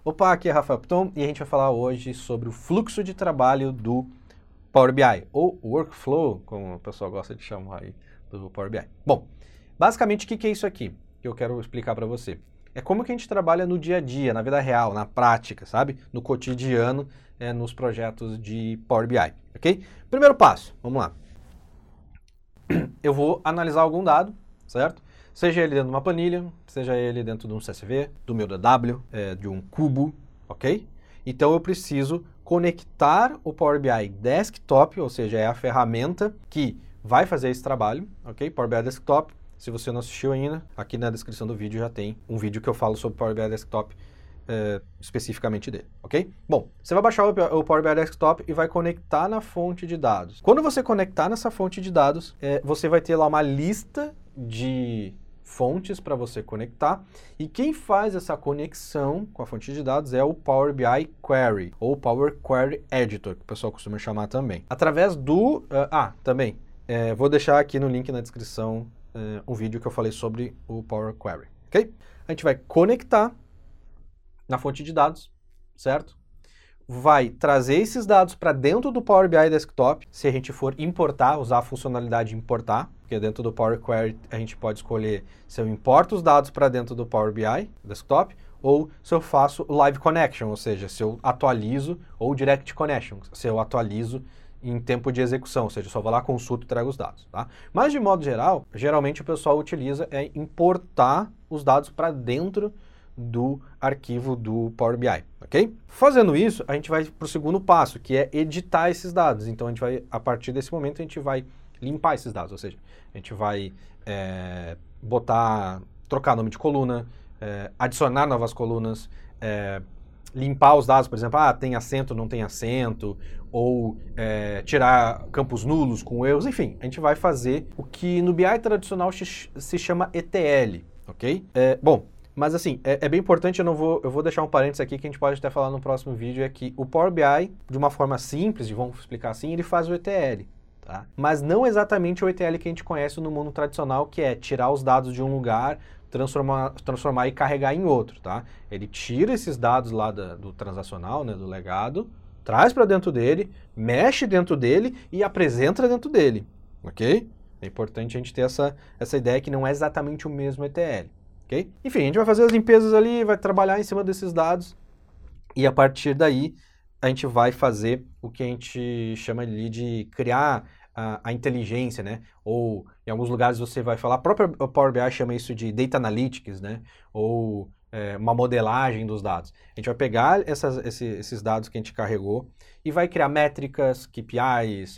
Opa, aqui é Rafael Piton e a gente vai falar hoje sobre o fluxo de trabalho do Power BI, ou workflow, como o pessoal gosta de chamar aí do Power BI. Bom, basicamente o que é isso aqui que eu quero explicar para você? É como que a gente trabalha no dia a dia, na vida real, na prática, sabe? No cotidiano, nos projetos de Power BI, ok? Primeiro passo, vamos lá. Eu vou analisar algum dado, certo? Seja ele dentro de uma planilha, seja ele dentro de um CSV, do meu DW, de um cubo, ok? Então eu preciso conectar o Power BI Desktop, ou seja, é a ferramenta que vai fazer esse trabalho, ok? Power BI Desktop, se você não assistiu ainda, aqui na descrição do vídeo já tem um vídeo que eu falo sobre Power BI Desktop, especificamente dele, ok? Bom, você vai baixar o Power BI Desktop e vai conectar na fonte de dados. Quando você conectar nessa fonte de dados, você vai ter lá uma lista de fontes para você conectar, e quem faz essa conexão com a fonte de dados é o Power BI Query, ou Power Query Editor, que o pessoal costuma chamar também. Através do... vou deixar aqui no link na descrição um vídeo que eu falei sobre o Power Query, ok? A gente vai conectar na fonte de dados, certo? Vai trazer esses dados para dentro do Power BI Desktop, se a gente for importar, usar a funcionalidade importar, porque dentro do Power Query a gente pode escolher se eu importo os dados para dentro do Power BI Desktop, ou se eu faço Live Connection, ou seja, se eu atualizo, ou Direct Connection, se eu atualizo em tempo de execução, ou seja, só vou lá, consulto e trago os dados, tá? Mas de modo geral, geralmente o pessoal utiliza importar os dados para dentro do arquivo do Power BI, ok? Fazendo isso, a gente vai para o segundo passo, que é editar esses dados. Então, a partir desse momento, a gente vai limpar esses dados, ou seja, a gente vai trocar nome de coluna, adicionar novas colunas, limpar os dados, por exemplo, tem acento, não tem acento, ou tirar campos nulos com erros, enfim, a gente vai fazer o que no BI tradicional se chama ETL, ok? Mas assim, é bem importante, eu vou deixar um parênteses aqui que a gente pode até falar no próximo vídeo, é que o Power BI, de uma forma simples, vamos explicar assim, ele faz o ETL, tá? Mas não exatamente o ETL que a gente conhece no mundo tradicional, que é tirar os dados de um lugar, transformar e carregar em outro, tá? Ele tira esses dados lá do transacional, né, do legado, traz para dentro dele, mexe dentro dele e apresenta dentro dele, ok? É importante a gente ter essa ideia que não é exatamente o mesmo ETL. Okay? Enfim, a gente vai fazer as limpezas ali, vai trabalhar em cima desses dados e a partir daí a gente vai fazer o que a gente chama ali de criar a inteligência, né? Ou em alguns lugares você vai falar, a própria Power BI chama isso de Data Analytics, né? Ou uma modelagem dos dados. A gente vai pegar esses dados que a gente carregou e vai criar métricas, KPIs,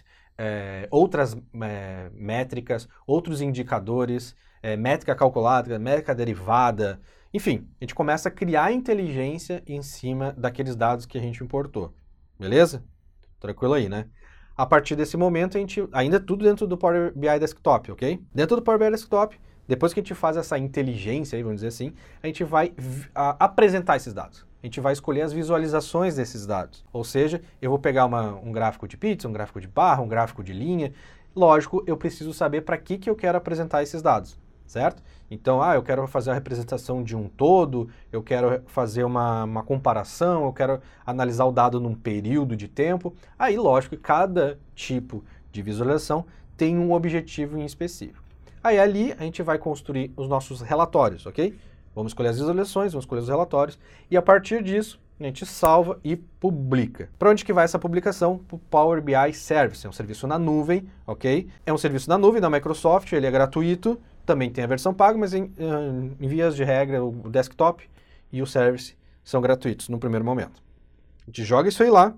outras métricas, outros indicadores, métrica calculada, métrica derivada, enfim, a gente começa a criar inteligência em cima daqueles dados que a gente importou, beleza? Tranquilo aí, né? A partir desse momento, a gente ainda tudo dentro do Power BI Desktop, ok? Dentro do Power BI Desktop, depois que a gente faz essa inteligência, aí, vamos dizer assim, a gente vai apresentar esses dados. A gente vai escolher as visualizações desses dados. Ou seja, eu vou pegar um gráfico de pizza, um gráfico de barra, um gráfico de linha. Lógico, eu preciso saber para que eu quero apresentar esses dados, certo? Então, eu quero fazer a representação de um todo, eu quero fazer uma comparação, eu quero analisar o dado num período de tempo. Aí, lógico, cada tipo de visualização tem um objetivo em específico. Aí, ali, a gente vai construir os nossos relatórios, ok? Vamos escolher as visualizações, vamos escolher os relatórios, e a partir disso, a gente salva e publica. Para onde que vai essa publicação? Para o Power BI Service, é um serviço na nuvem, ok? É um serviço na nuvem da Microsoft, ele é gratuito, também tem a versão paga, mas em vias de regra, o desktop e o service são gratuitos no primeiro momento. A gente joga isso aí lá.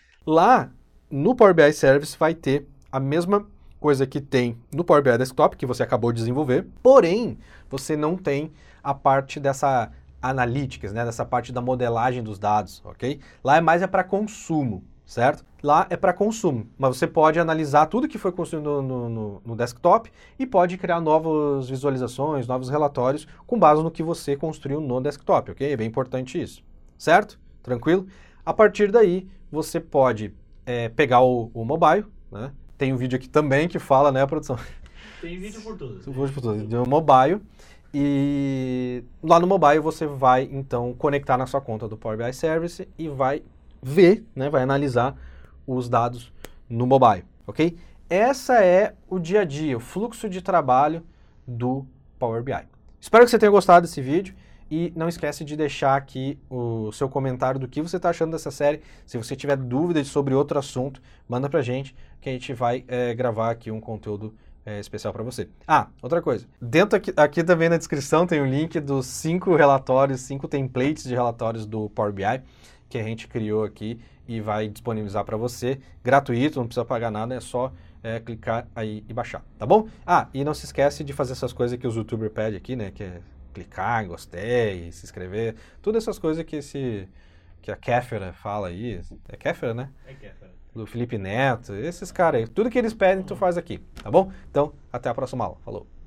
Lá, no Power BI Service, vai ter a mesma coisa que tem no Power BI Desktop, que você acabou de desenvolver, porém, você não tem a parte dessa analytics, né, dessa parte da modelagem dos dados, ok? Lá é para consumo, certo? Lá é para consumo, mas você pode analisar tudo que foi construído no desktop e pode criar novas visualizações, novos relatórios com base no que você construiu no desktop, ok? É bem importante isso, certo? Tranquilo? A partir daí, você pode pegar o mobile, né? Tem um vídeo aqui também que fala, né, a produção? Tem vídeo por tudo. Vídeo por tudo. De mobile. E lá no mobile você vai, então, conectar na sua conta do Power BI Service e vai ver, né, vai analisar os dados no mobile, ok? Essa é o dia a dia, o fluxo de trabalho do Power BI. Espero que você tenha gostado desse vídeo e não esquece de deixar aqui o seu comentário do que você está achando dessa série. Se você tiver dúvidas sobre outro assunto, manda pra gente que a gente vai gravar aqui um conteúdo especial para você. Ah, outra coisa. Dentro aqui também na descrição tem um link dos 5 relatórios, 5 templates de relatórios do Power BI que a gente criou aqui e vai disponibilizar para você, gratuito, não precisa pagar nada, é só clicar aí e baixar, tá bom? Ah, e não se esquece de fazer essas coisas que os youtubers pedem aqui, né, que é clicar, gostei, se inscrever, todas essas coisas que a Kéfera fala aí, é Kéfera, né? É Kéfera. Do Felipe Neto, esses caras aí, tudo que eles pedem tu faz aqui, tá bom? Então, até a próxima aula, falou!